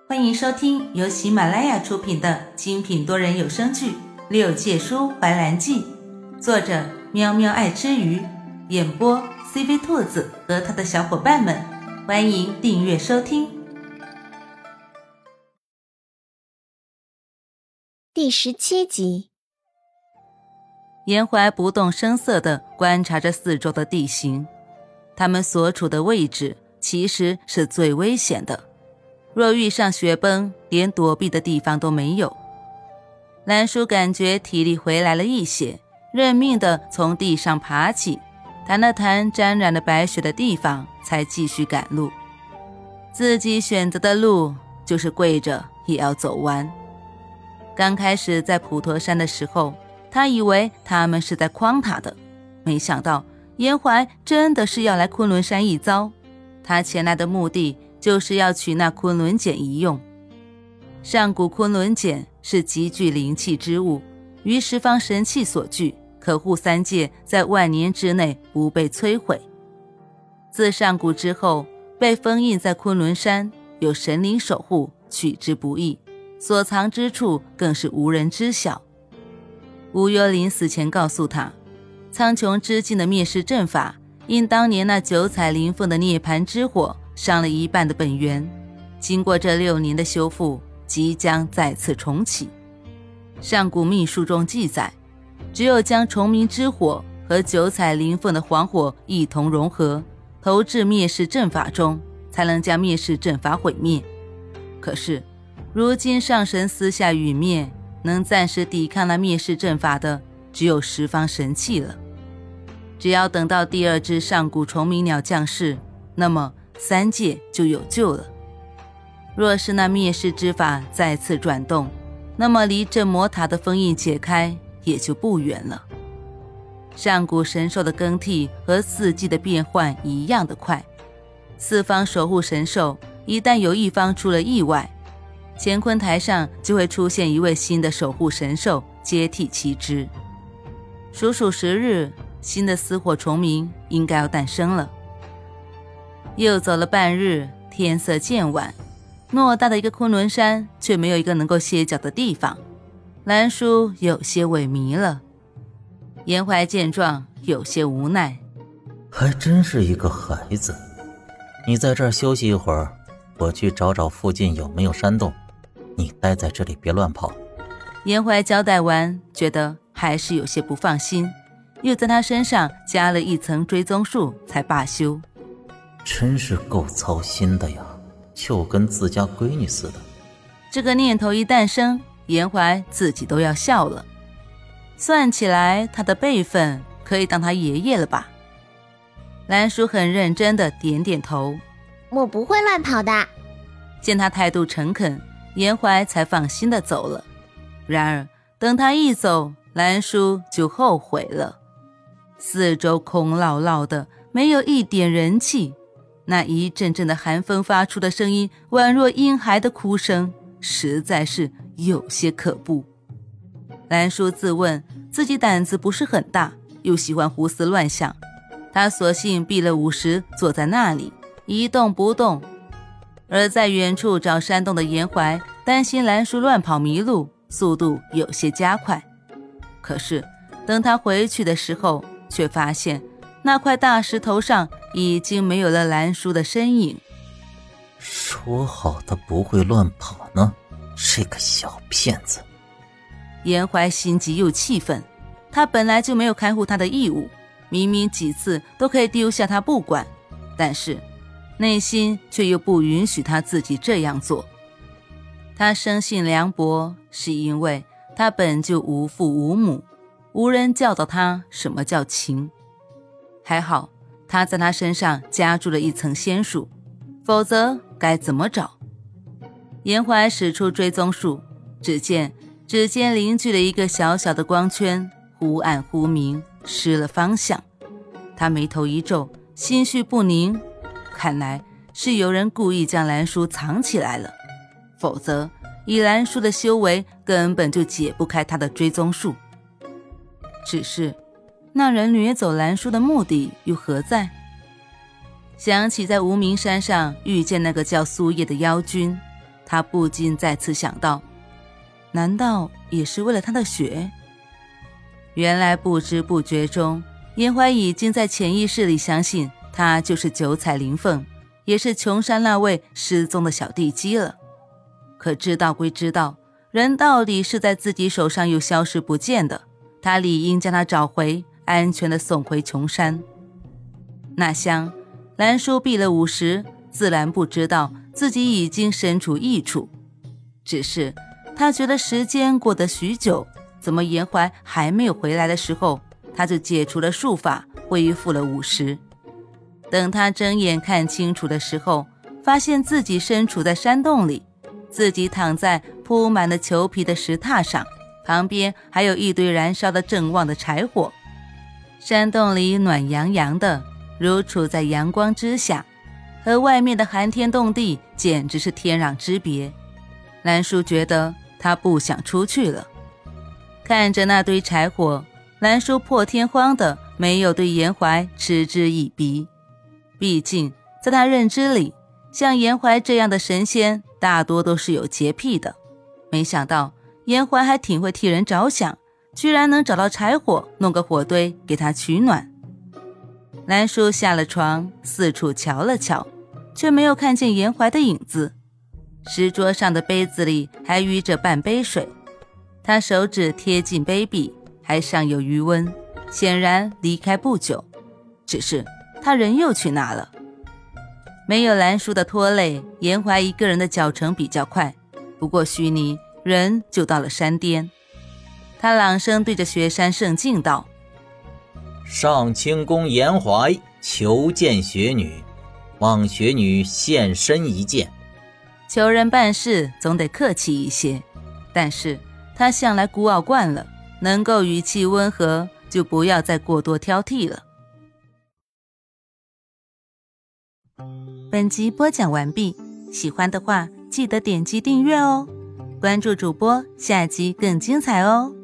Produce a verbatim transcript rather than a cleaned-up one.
欢迎收听由喜马拉雅出品的精品多人有声剧《六界书怀兰记》，作者喵喵爱吃鱼，演播 C V 兔子和他的小伙伴们。欢迎订阅收听。 第十七集。 严怀不动声色地观察着四周的地形，他们所处的位置其实是最危险的，若遇上雪崩，连躲避的地方都没有。兰叔感觉体力回来了一些，认命地从地上爬起，弹了弹沾染了白雪的地方，才继续赶路。自己选择的路就是跪着也要走完。刚开始在普陀山的时候，他以为他们是在诓他的，没想到严怀真的是要来昆仑山一遭。他前来的目的就是要取那昆仑锏一用。上古昆仑锏是极具灵气之物，于十方神器所具，可护三界在万年之内不被摧毁。自上古之后，被封印在昆仑山，有神灵守护，取之不易，所藏之处更是无人知晓。吴幽灵死前告诉他，苍穹之境的灭世阵法因当年那九彩灵凤的涅槃之火伤了一半的本源，经过这六年的修复，即将再次重启。上古秘书中记载，只有将重明之火和九彩灵凤的黄火一同融合，投至灭世阵法中，才能将灭世阵法毁灭。可是如今上神私下陨灭，能暂时抵抗那灭世阵法的只有十方神器了。只要等到第二只上古重明鸟降世，那么三界就有救了。若是那灭世之法再次转动，那么离镇魔塔的封印解开也就不远了。上古神兽的更替和四季的变换一样的快，四方守护神兽一旦有一方出了意外，乾坤台上就会出现一位新的守护神兽接替其职。数数时日，新的死火重明应该要诞生了。又走了半日，天色渐晚，偌大的一个昆仑山却没有一个能够歇脚的地方，兰叔有些萎靡了。严怀见状有些无奈， 还真是一个孩子。你在这儿休息一会儿，我去找找附近有没有山洞，你待在这里别乱跑。 严怀交代完，觉得还是有些不放心，又在他身上加了一层追踪术才罢休。 真是够操心的呀，就跟自家闺女似的。 这个念头一诞生，严怀自己都要笑了。算起来他的辈分可以当他爷爷了吧。兰叔很认真地点点头， 我不会乱跑的。 见他态度诚恳，严怀才放心地走了。然而等他一走，兰叔就后悔了。四周空落落的，没有一点人气，那一阵阵的寒风发出的声音宛若婴孩的哭声，实在是有些可怖。兰叔自问自己胆子不是很大，又喜欢胡思乱想，他索性闭了五十坐在那里一动不动。而在远处找山洞的严怀担心兰叔乱跑迷路，速度有些加快。可是等他回去的时候，却发现那块大石头上已经没有了兰叔的身影。 说好的不会乱跑呢，这个小骗子。 严怀心急又气愤，他本来就没有看护他的义务，明明几次都可以丢下他不管，但是内心却又不允许他自己这样做。他生性凉薄，是因为他本就无父无母，无人教导他什么叫情。还好他在他身上加注了一层仙术，否则该怎么找？严怀使出追踪术，只见指尖凝聚了一个小小的光圈，忽暗忽明，失了方向。他眉头一皱，心绪不宁，看来是有人故意将兰叔藏起来了，否则以兰叔的修为根本就解不开他的追踪术。只是那人掠走兰叔的目的又何在？想起在无名山上遇见那个叫苏叶的妖君， 他不禁再次想到，难道也是为了他的血？原来不知不觉中，严怀已经在潜意识里相信他就是九彩灵凤，也是琼山那位失踪的小地基了。可知道归知道，人到底是在自己手上又消失不见的，他理应将他找回，安全地送回琼山。那厢兰叔避了午时，自然不知道自己已经身处异处，只是他觉得时间过得许久，怎么严怀还没有回来的时候，他就解除了术法，恢复了午时。等他睁眼看清楚的时候，发现自己身处在山洞里，自己躺在铺满了裘皮的石榻上，旁边还有一堆燃烧的正旺的柴火。山洞里暖洋洋的，如处在阳光之下，和外面的寒天冻地简直是天壤之别。兰叔觉得他不想出去了。看着那堆柴火，兰叔破天荒的没有对严怀嗤之以鼻。毕竟在他认知里，像严怀这样的神仙大多都是有洁癖的，没想到严怀还挺会替人着想，居然能找到柴火，弄个火堆给他取暖。兰叔下了床，四处瞧了瞧，却没有看见严怀的影子。石桌上的杯子里还余着半杯水，他手指贴近杯壁，还尚有余温，显然离开不久。只是他人又去哪了？没有兰叔的拖累，严怀一个人的脚程比较快，不过须弥人就到了山巅。他朗声对着雪山圣境道： 上清宫严怀求见雪女，望雪女现身一见。 求人办事总得客气一些，但是他向来孤傲惯了，能够语气温和，就不要再过多挑剔了。本集播讲完毕，喜欢的话记得点击订阅哦，关注主播，下集更精彩哦。